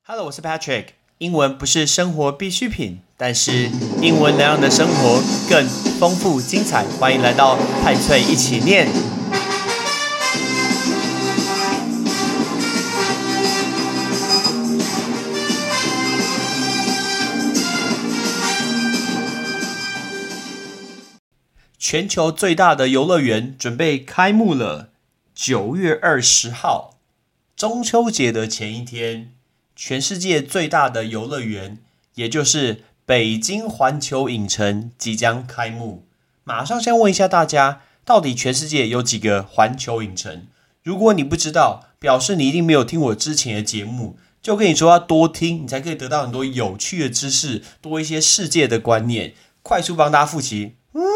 Hello， 我是 Patrick。英文不是生活必需品，但是英文能让你的生活更丰富精彩。欢迎来到派翠一起念。全球最大的游乐园准备开幕了，9月20号，中秋节的前一天。全世界最大的游乐园，也就是北京环球影城即将开幕。马上先问一下大家，到底全世界有几个环球影城？如果你不知道，表示你一定没有听我之前的节目。就跟你说要多听，你才可以得到很多有趣的知识，多一些世界的观念。快速帮大家复习，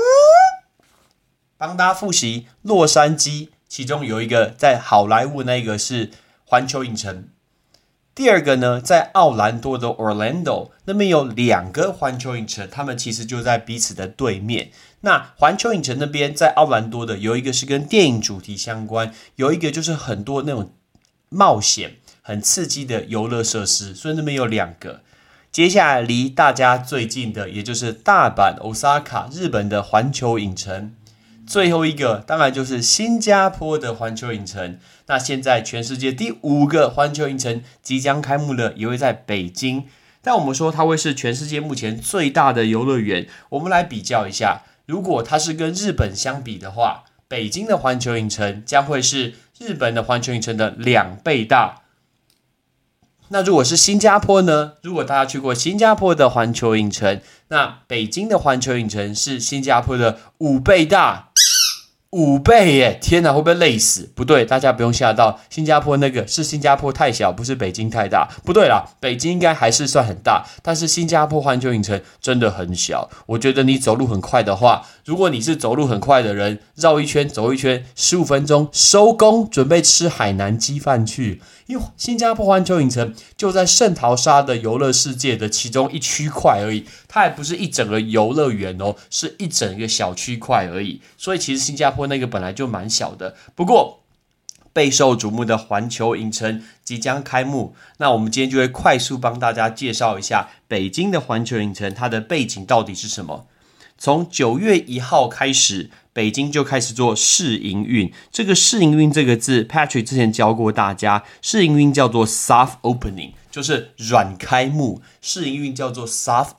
洛杉矶，其中有一个在好莱坞那个是环球影城。第二个呢，在奥兰多的 Orlando 那边有2个环球影城，他们其实就在彼此的对面。那环球影城那边在奥兰多的有一个是跟电影主题相关，有一个就是很多那种冒险很刺激的游乐设施，所以那边有2个。接下来离大家最近的也就是大阪 Osaka 日本的环球影城。最后一个当然就是新加坡的环球影城。那现在全世界第5个环球影城即将开幕了，也会在北京。但我们说它会是全世界目前最大的游乐园，我们来比较一下，如果它是跟日本相比的话，北京的环球影城将会是日本的环球影城的2倍大。那如果是新加坡呢？如果大家去过新加坡的环球影城，那北京的环球影城是新加坡的5倍大。5倍耶！天哪，会不会累死？不对，大家不用吓到。新加坡那个是新加坡太小，不是北京太大。不对啦，北京应该还是算很大，但是新加坡环球影城真的很小。我觉得你走路很快的话，如果你是走路很快的人，绕一圈走一圈，15分钟收工，准备吃海南鸡饭去。因为新加坡环球影城就在圣淘沙的游乐世界的其中一区块而已，它还不是一整个游乐园哦，是一整个小区块而已。所以其实新加坡那个本来就蛮小的。不过备受瞩目的环球影城即将开幕，那我们今天就会快速帮大家介绍一下北京的环球影城它的背景到底是什么。从9月1号开始，北京就开始做试营运。这个试营运这个字 Patrick 之前教过大家，试营运叫做 soft opening， 就是软开幕。试营运叫做 soft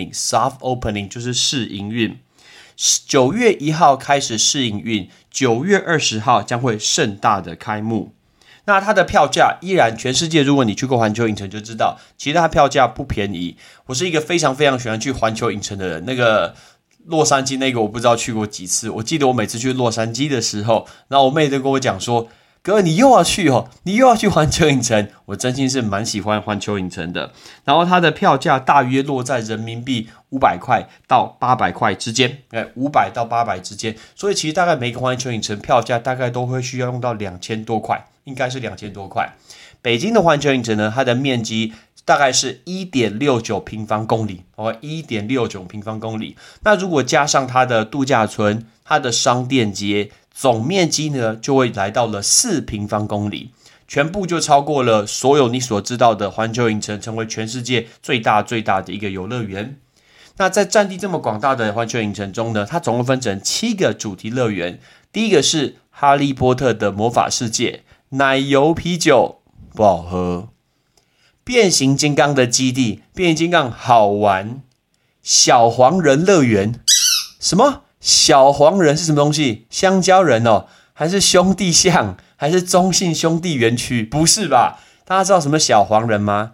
opening 就是试营运。9月1号开始试营运，9月20号将会盛大的开幕。那它的票价依然，全世界如果你去过环球影城就知道，其实它票价不便宜。我是一个非常非常喜欢去环球影城的人，那个洛杉矶那个我不知道去过几次，我记得我每次去洛杉矶的时候，然后我妹就跟我讲说，哥你又要去哦，你又要去环球影城。我真心是蛮喜欢环球影城的。然后它的票价大约落在人民币500块到800块之间，500到800之间。所以其实大概每个环球影城票价大概都会需要用到2000多块，应该是2000多块。北京的环球影城呢，它的面积大概是 1.69 平方公里，1.69 平方公里。那如果加上它的度假村、它的商店街，总面积呢就会来到了4平方公里，全部就超过了所有你所知道的环球影城，成为全世界最大的一个游乐园。那在占地这么广大的环球影城中呢，它总共分成7个主题乐园。第一个是哈利波特的魔法世界，奶油啤酒不好喝。变形金刚的基地，变形金刚好玩。小黄人乐园，什么？小黄人是什么东西？香蕉人哦？还是兄弟象？还是中信兄弟园区？不是吧？大家知道什么小黄人吗？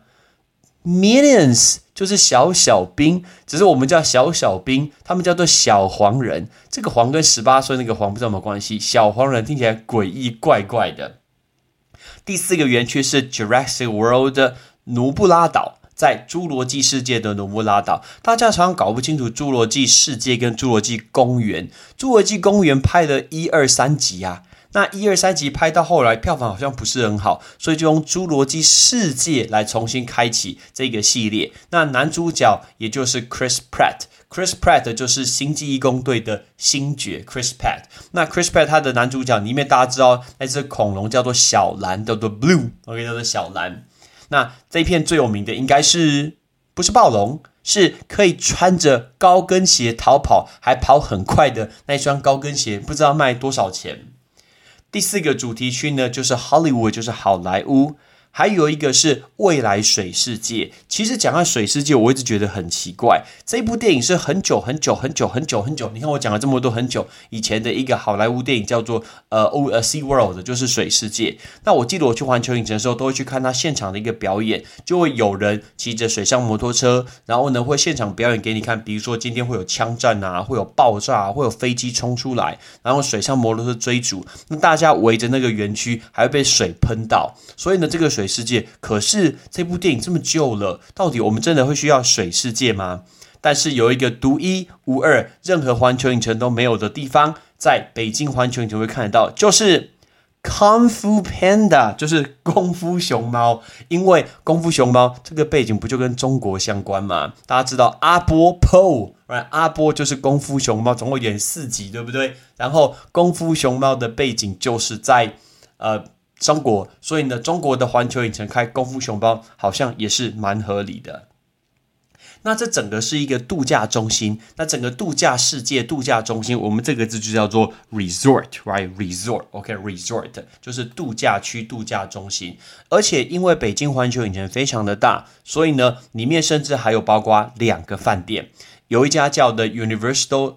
Minions 就是小小兵，只是我们叫小小兵，他们叫做小黄人。这个黄跟18岁那个黄不知道有没有关系？小黄人听起来诡异怪怪的。第4个园区是 Jurassic World 的努布拉岛，在侏罗纪世界的努布拉岛。大家常常搞不清楚侏罗纪世界跟侏罗纪公园。侏罗纪公园拍了1、2、3集啊，那1、2、3集拍到后来票房好像不是很好，所以就用侏罗纪世界来重新开启这个系列。那男主角也就是 Chris Pratt 就是星际义工队的星爵 Chris Pratt。 那 Chris Pratt 他的男主角里面大家知道那只恐龙叫做小蓝，叫做 Blue， 叫做小蓝。 那这一片最有名的应该是不是暴龙？是可以穿着高跟鞋逃跑还跑很快的那一双高跟鞋，不知道卖多少钱。第4个主题区呢，就是 Hollywood， 就是好莱坞。还有一个是未来水世界。其实讲到水世界，我一直觉得很奇怪。这部电影是很久，你看我讲了这么多很久以前的一个好莱坞电影，叫做Sea World， 就是水世界。那我记得我去环球影城的时候，都会去看他现场的一个表演，就会有人骑着水上摩托车，然后呢会现场表演给你看。比如说今天会有枪战啊，会有爆炸啊，会有飞机冲出来，然后水上摩托车追逐，那大家围着那个园区，还会被水喷到。所以呢，这个水世界，可是这部电影这么旧了，到底我们真的会需要水世界吗？但是有一个独一无二，任何环球影城都没有的地方，在北京环球影城会看得到，就是 Kung Fu Panda， 就是功夫熊猫。因为功夫熊猫这个背景不就跟中国相关吗？大家知道阿波 Po， 阿波就是功夫熊猫，总共演4集，对不对？然后功夫熊猫的背景就是在中国，所以呢，中国的环球影城开功夫熊猫好像也是蛮合理的。那这整个是一个度假中心，那整个度假世界度假中心，我们这个字就叫做 resort， right？ resort， OK， resort 就是度假区、度假中心。而且因为北京环球影城非常的大，所以呢，里面甚至还有包括2个饭店。有一家叫的 Universal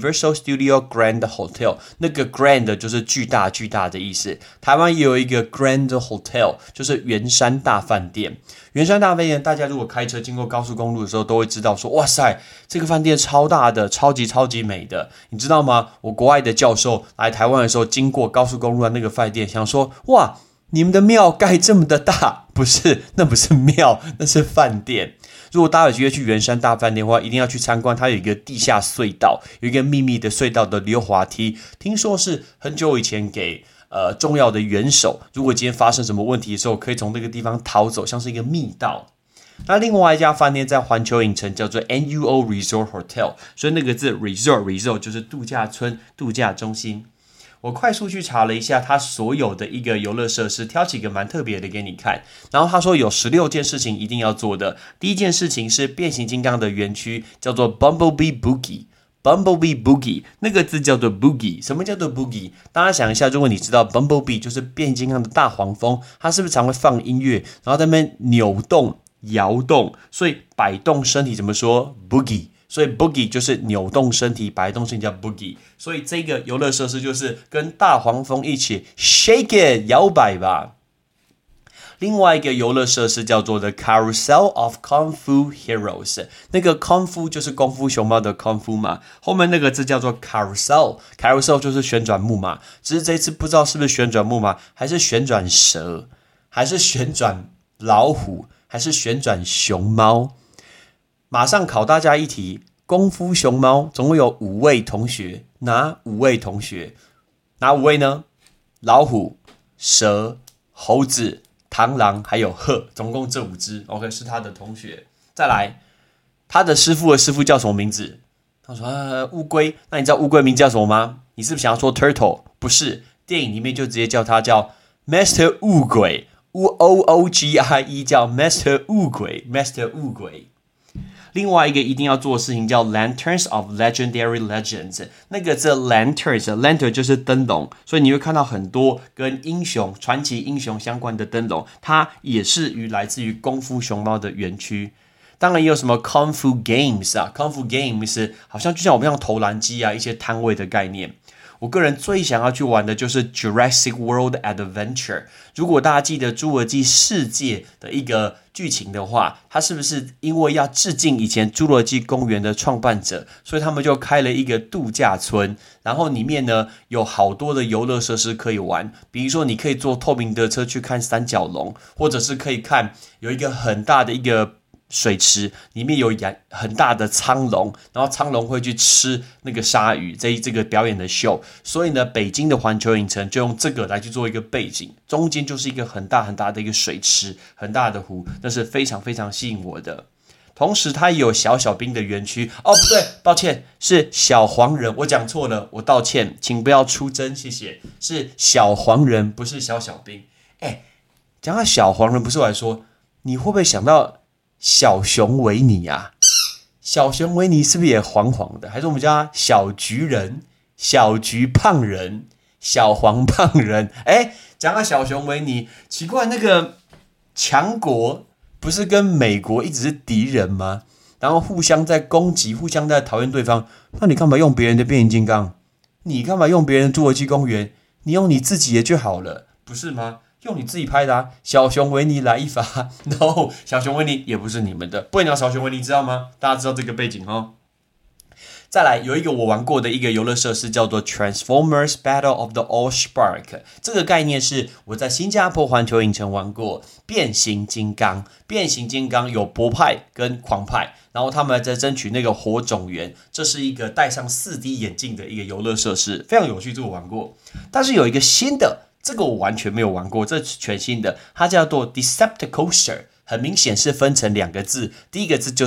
Studio Grand Hotel， 那个 Grand 就是巨大巨大的意思。台湾也有一个 Grand Hotel， 就是圆山大饭店。圆山大饭店，大家如果开车经过高速公路的时候，都会知道说，哇塞，这个饭店超大的，超级美的。你知道吗？我国外的教授来台湾的时候，经过高速公路的那个饭店，想说，哇，你们的庙盖这么的大，不是，那不是庙，那是饭店。如果大家有机会去圆山大饭店的话，一定要去参观。它有一个地下隧道，有一个秘密的隧道的溜滑梯，听说是很久以前给重要的元首，如果今天发生什么问题的时候，可以从那个地方逃走，像是一个密道。那另外一家饭店在环球影城叫做 NUO Resort Hotel， 所以那个字 resort 就是度假村、度假中心。我快速去查了一下他所有的一个游乐设施，挑几个蛮特别的给你看。然后他说有16件事情一定要做的。第一件事情是变形金刚的园区，叫做 Bumblebee Boogie。Bumblebee Boogie 那个字叫做 Boogie， 什么叫做 Boogie？ 大家想一下，如果你知道 Bumblebee 就是变形金刚的大黄蜂，它是不是常会放音乐，然后在那边扭动、摇动，所以摆动身体怎么说 Boogie？所以 boogie 就是扭动身体、摆动身体叫 boogie， 所以这个游乐设施就是跟大黄蜂一起 shake it 摇摆吧。另外一个游乐设施叫做 The Carousel of Kung Fu Heroes， 那个 Kung Fu 就是功夫熊猫的 Kung Fu 嘛，后面那个字叫做 Carousel 就是旋转木马，只是这一次不知道是不是旋转木马，还是旋转蛇，还是旋转老虎，还是旋转熊猫。马上考大家一题，功夫熊猫总共有5位同学，哪5位同学？哪5位呢？老虎、蛇、猴子、螳螂还有鹤，总共这5只 OK 是他的同学。再来，他的师傅叫什么名字？他说乌龟。那你知道乌龟名字叫什么吗？你是不是想要说 turtle？ 不是，电影里面就直接叫他叫 Master 乌龟，OOGIE 叫 Master 乌龟 ，Master 乌龟。另外一个一定要做的事情叫 Lanterns of Legendary Legends， 那个字 Lantern 就是灯笼，所以你会看到很多跟英雄、传奇英雄相关的灯笼，它也是来自于功夫熊猫的园区。当然也有什么 Kung Fu Games 啊 ，Kung Fu Games 好像就像我们像投篮机啊，一些摊位的概念。我个人最想要去玩的就是 Jurassic World Adventure。如果大家记得侏罗纪世界的一个剧情的话，它是不是因为要致敬以前侏罗纪公园的创办者，所以他们就开了一个度假村，然后里面呢有好多的游乐设施可以玩，比如说你可以坐透明的车去看三角龙，或者是可以看有一个很大的一个水池，里面有很大的苍龙，然后苍龙会去吃那个鲨鱼，这个表演的秀。所以呢，北京的环球影城就用这个来去做一个背景，中间就是一个很大很大的一个水池，很大的湖，那是非常非常吸引我的。同时它也有小小兵的园区哦，不对，抱歉，是小黄人，我讲错了，我道歉，请不要出征，谢谢，是小黄人，不是小小兵。讲到小黄人，不是我来说， 你会不会想到小熊维尼啊？小熊维尼是不是也黄黄的？还是我们叫他小橘人、小橘胖人、小黄胖人？讲到小熊维尼，奇怪，那个强国不是跟美国一直是敌人吗？然后互相在攻击，互相在讨厌对方。那你干嘛用别人的变形金刚？你干嘛用别人的侏罗纪公园？你用你自己的就好了，不是吗？用你自己拍的啊！小熊维尼来一发 ，no， 小熊维尼也不是你们的。不能讲小熊维尼，知道吗？大家知道这个背景哦。再来有一个我玩过的一个游乐设施叫做 Transformers Battle of the All-Spark， 这个概念是我在新加坡环球影城玩过变形金刚。变形金刚有博派跟狂派，然后他们在争取那个火种源，这是一个戴上 4D 眼镜的一个游乐设施，非常有趣，这个我玩过。但是有一个新的，这个我完全没有玩过，这是全新的，它叫做 Decepticoaster。很明显是分成2个字，第一个字就是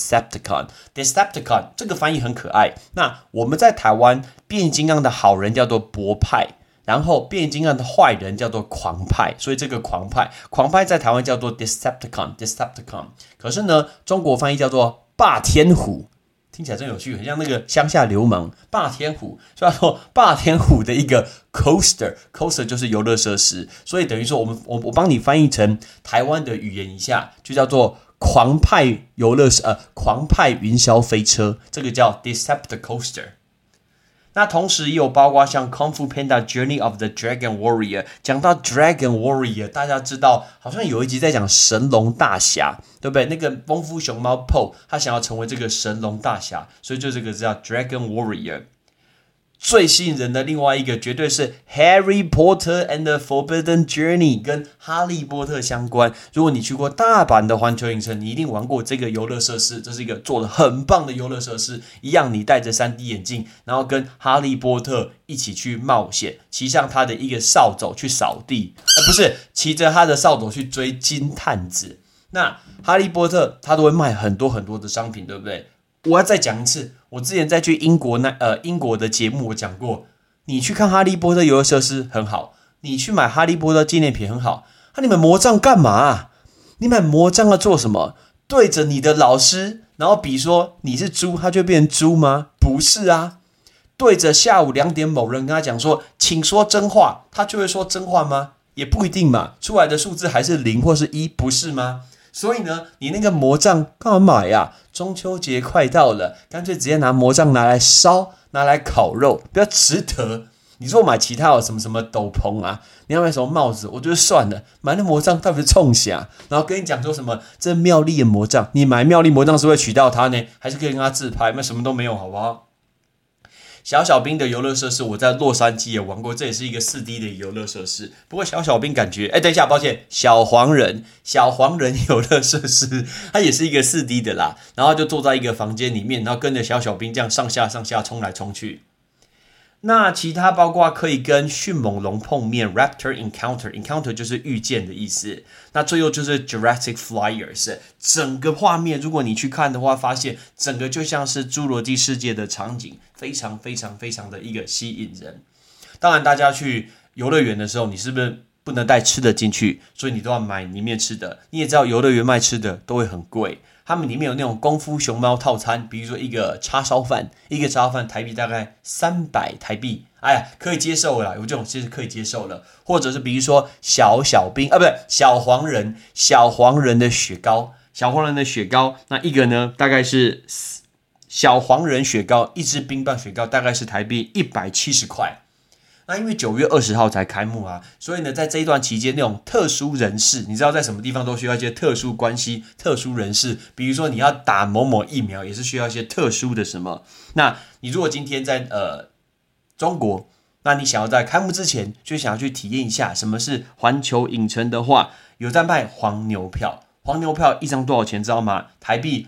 Decepticon， 这个翻译很可爱。那我们在台湾，变形金刚的好人叫做博派，然后变形金刚的坏人叫做狂派，所以这个狂派在台湾叫做 Decepticon。可是呢，中国翻译叫做霸天虎。听起来真有趣，很像那个乡下流氓霸天虎，所以说霸天虎的一个 coaster 就是游乐设施，所以等于说我帮你翻译成台湾的语言一下，就叫做狂派狂派云霄飞车，这个叫 Decepticoaster。那同时也有包括像 Kung Fu Panda Journey of the Dragon Warrior。 讲到 Dragon Warrior， 大家知道好像有一集在讲神龙大侠，对不对？那个功夫熊猫 Po 他想要成为这个神龙大侠，所以就这个叫 Dragon Warrior。最吸引人的另外一个绝对是 Harry Potter and the Forbidden Journey， 跟哈利波特相关。如果你去过大阪的环球影城，你一定玩过这个游乐设施，这是一个做得很棒的游乐设施。一样你戴着 3D 眼镜，然后跟哈利波特一起去冒险，骑上他的一个扫帚去扫地，不是骑着他的扫帚去追金探子。那哈利波特他都会卖很多很多的商品，对不对？我要再讲一次，我之前在去英国的节目我讲过，你去看哈利波特游乐设施很好，你去买哈利波特纪念品很好，你买魔杖干嘛啊？你买魔杖要做什么？对着你的老师，然后比说你是猪，他就变成猪吗？不是啊。对着下午2点某人跟他讲说，请说真话，他就会说真话吗？也不一定嘛，出来的数字还是0或是1，不是吗？所以呢，你那个魔杖干嘛买呀？中秋节快到了，干脆直接拿魔杖拿来烧，拿来烤肉，比较值得。你说买其他有什么斗篷啊，你要买什么帽子，我觉得算了，买那魔杖到底是冲啥？然后跟你讲说什么这妙丽的魔杖，你买妙丽魔杖是会娶到他呢，还是可以跟他自拍？那什么都没有，好不好？小小兵的游乐设施我在洛杉矶也玩过，这也是一个 4D 的游乐设施。不过小小兵感觉，等一下，抱歉，小黄人游乐设施，它也是一个 4D 的啦。然后就坐在一个房间里面，然后跟着小小兵这样上下冲来冲去。那其他包括可以跟迅猛龙碰面 Raptor Encounter 就是遇见的意思。那最后就是 Jurassic Flyers， 整个画面如果你去看的话，发现整个就像是侏罗纪世界的场景，非常非常非常的一个吸引人。当然大家去游乐园的时候，你是不是不能带吃的进去，所以你都要买里面吃的。你也知道游乐园卖吃的都会很贵，他们里面有那种功夫熊猫套餐，比如说一个叉烧饭台币大概300台币，可以接受了啦，有这种其实可以接受了。或者是比如说小黄人的雪糕，那一个呢大概是小黄人雪糕，一支冰棒雪糕大概是台币170块。那因为9月20号才开幕啊，所以呢，在这一段期间，那种特殊人士，你知道在什么地方都需要一些特殊关系、特殊人士，比如说你要打某某疫苗，也是需要一些特殊的什么。那你如果今天在中国，那你想要在开幕之前就想要去体验一下什么是环球影城的话，有在卖黄牛票。黄牛票一张多少钱知道吗？台币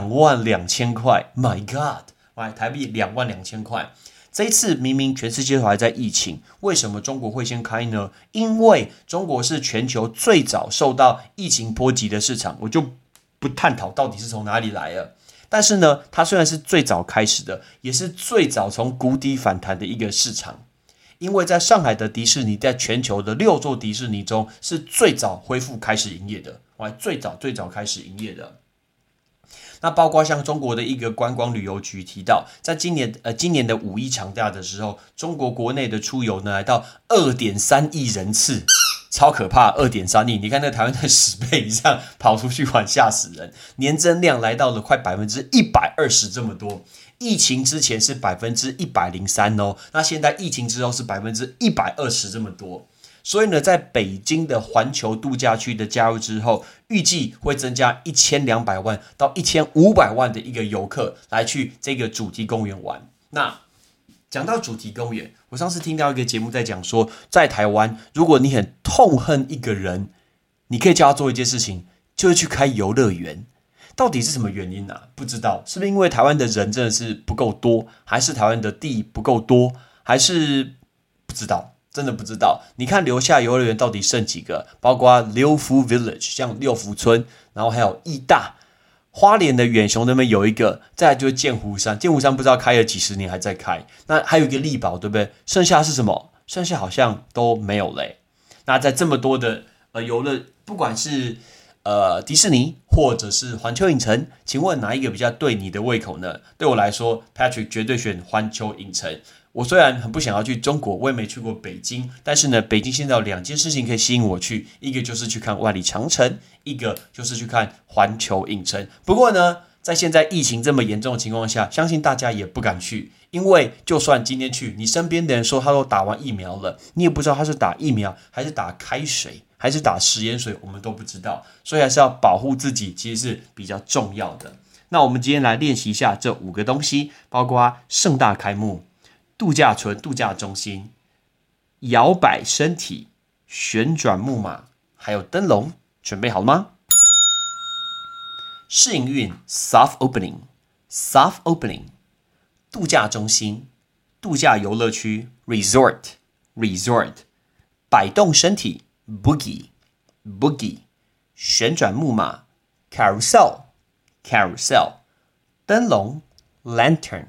22000块 ，My God， 台币22000块。这一次明明全世界都还在疫情，为什么中国会先开呢？因为中国是全球最早受到疫情波及的市场，我就不探讨到底是从哪里来了。但是呢，它虽然是最早开始的，也是最早从谷底反弹的一个市场。 因为在上海的迪士尼，在全球的6座迪士尼中是最早恢复开始营业的，最早开始营业的。那包括像中国的一个观光旅游局提到，在今年的5一长假的时候，中国国内的出游呢来到 2.3 亿人次，超可怕 2.3 亿，你看那台湾的10倍以上跑出去玩，吓死人，年增量来到了快 120% 这么多。疫情之前是 103% 哦，那现在疫情之后是 120% 这么多。所以呢，在北京的环球度假区的加入之后，预计会增加1200万到1500万的一个游客来去这个主题公园玩。那讲到主题公园，我上次听到一个节目在讲说，在台湾，如果你很痛恨一个人，你可以叫他做一件事情，就是去开游乐园。到底是什么原因啊？不知道，是不是因为台湾的人真的是不够多，还是台湾的地不够多，还是不知道？真的不知道。你看留下游乐园到底剩几个？包括六福 Village 像六福村，然后还有义大、花莲的远雄那边有一个，再来就是剑湖山。剑湖山不知道开了几十年还在开。那还有一个力宝，对不对？剩下是什么？剩下好像都没有了。那在这么多的游乐，不管是迪士尼或者是环球影城，请问哪一个比较对你的胃口呢？对我来说 ，Patrick 绝对选环球影城。我虽然很不想要去中国，我也没去过北京，但是呢，北京现在有2件事情可以吸引我去，一个就是去看万里长城，一个就是去看环球影城。不过呢，在现在疫情这么严重的情况下，相信大家也不敢去，因为就算今天去，你身边的人说他都打完疫苗了，你也不知道他是打疫苗还是打开水还是打食盐水，我们都不知道，所以还是要保护自己，其实是比较重要的。那我们今天来练习一下这5个东西，包括盛大开幕、度假村、度假中心、摇摆身体、旋转木马，还有灯笼，准备好了吗？试营运 soft opening， 度假中心、度假游乐区 resort， 摆动身体 boogie， 旋转木马 carousel， 灯笼 lantern。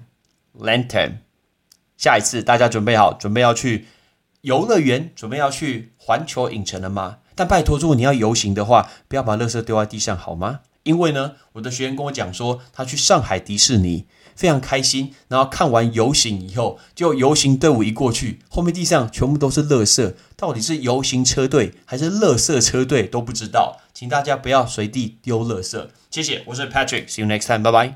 下一次大家准备好，准备要去游乐园，准备要去环球影城了吗？但拜托，如果你要游行的话，不要把垃圾丢在地上好吗？因为呢，我的学员跟我讲说，他去上海迪士尼非常开心，然后看完游行以后，就游行队伍一过去，后面地上全部都是垃圾，到底是游行车队还是垃圾车队都不知道，请大家不要随地丢垃圾。谢谢，我是 Patrick，See you next time， 拜拜。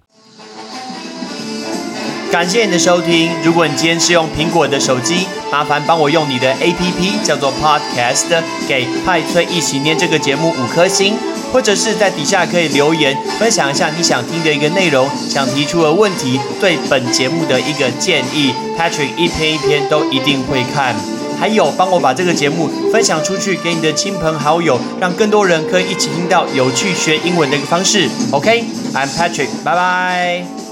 感谢你的收听。如果你今天是用苹果的手机，麻烦帮我用你的 APP 叫做 Podcast， 给派翠一起念这个节目5颗星，或者是在底下可以留言分享一下你想听的一个内容，想提出的问题，对本节目的一个建议 ，Patrick 一篇一篇都一定会看。还有帮我把这个节目分享出去给你的亲朋好友，让更多人可以一起听到有趣学英文的一个方式。OK，I'm Patrick， 拜拜。